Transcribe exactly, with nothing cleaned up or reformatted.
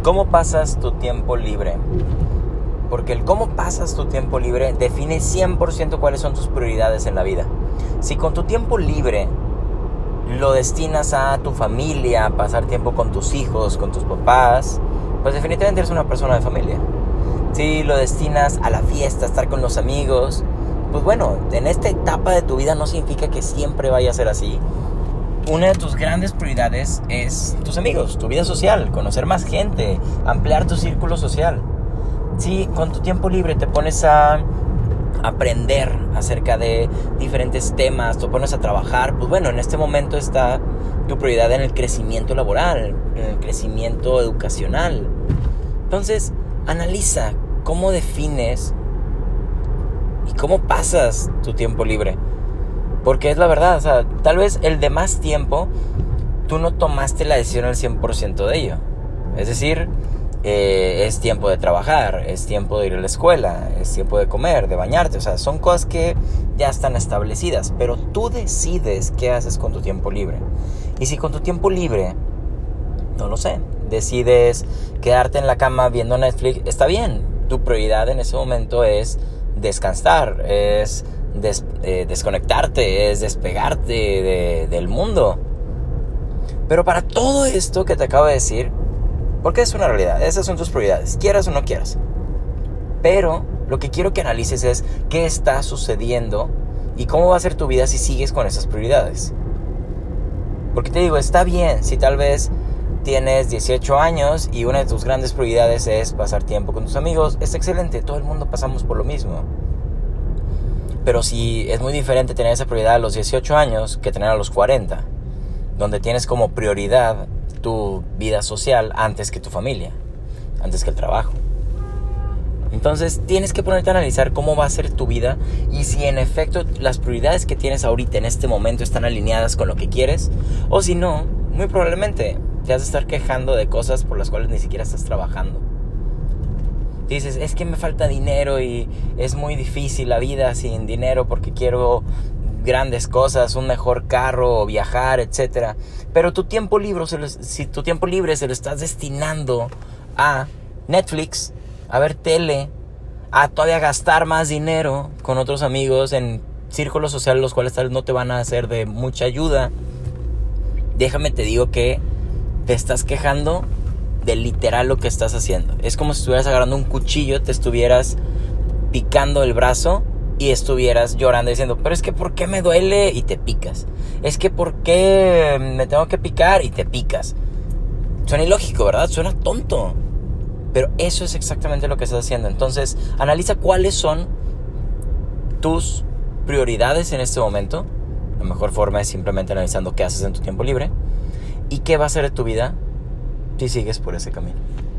¿Cómo pasas tu tiempo libre? Porque el cómo pasas tu tiempo libre define cien por ciento cuáles son tus prioridades en la vida. Si con tu tiempo libre lo destinas a tu familia, a pasar tiempo con tus hijos, con tus papás, pues definitivamente eres una persona de familia. Si lo destinas a la fiesta, a estar con los amigos, pues bueno, en esta etapa de tu vida no significa que siempre vaya a ser así. Una de tus grandes prioridades es tus amigos, tu vida social, conocer más gente, ampliar tu círculo social. Si con tu tiempo libre te pones a aprender acerca de diferentes temas, te pones a trabajar, pues bueno, en este momento está tu prioridad en el crecimiento laboral, en el crecimiento educacional. Entonces, analiza cómo defines y cómo pasas tu tiempo libre. Porque es la verdad, o sea, tal vez el de más tiempo, tú no tomaste la decisión al cien por ciento de ello. Es decir, eh, es tiempo de trabajar, es tiempo de ir a la escuela, es tiempo de comer, de bañarte. O sea, son cosas que ya están establecidas, pero tú decides qué haces con tu tiempo libre. Y si con tu tiempo libre, no lo sé, decides quedarte en la cama viendo Netflix, está bien. Tu prioridad en ese momento es descansar, es des, eh, desconectarte, es despegarte de, del mundo. Pero para todo esto que te acabo de decir, porque es una realidad, esas son tus prioridades, quieras o no quieras. Pero lo que quiero que analices es qué está sucediendo y cómo va a ser tu vida si sigues con esas prioridades. Porque te digo, está bien si tal vez tienes dieciocho años y una de tus grandes prioridades es pasar tiempo con tus amigos. Es excelente, todo el mundo pasamos por lo mismo. Pero si es muy diferente tener esa prioridad a los dieciocho años que tener a los cuarenta, donde tienes como prioridad tu vida social antes que tu familia, antes que el trabajo. Entonces tienes que ponerte a analizar cómo va a ser tu vida y si en efecto las prioridades que tienes ahorita en este momento están alineadas con lo que quieres, o si no, muy probablemente te has de estar quejando de cosas por las cuales ni siquiera estás trabajando. Dices, es que me falta dinero y es muy difícil la vida sin dinero porque quiero grandes cosas, un mejor carro, viajar, etcétera. Pero tu tiempo libre, si tu tiempo libre se lo estás destinando a Netflix, a ver tele, a todavía gastar más dinero con otros amigos en círculos sociales, los cuales tal vez no te van a hacer de mucha ayuda, déjame te digo que te estás quejando de literal lo que estás haciendo. Es como si estuvieras agarrando un cuchillo, te estuvieras picando el brazo y estuvieras llorando diciendo, pero es que ¿por qué me duele? Y te picas. Es que ¿por qué me tengo que picar? Y te picas. Suena ilógico, ¿verdad? Suena tonto. Pero eso es exactamente lo que estás haciendo. Entonces, analiza cuáles son tus prioridades en este momento. La mejor forma es simplemente analizando qué haces en tu tiempo libre y qué va a ser de tu vida si sigues por ese camino.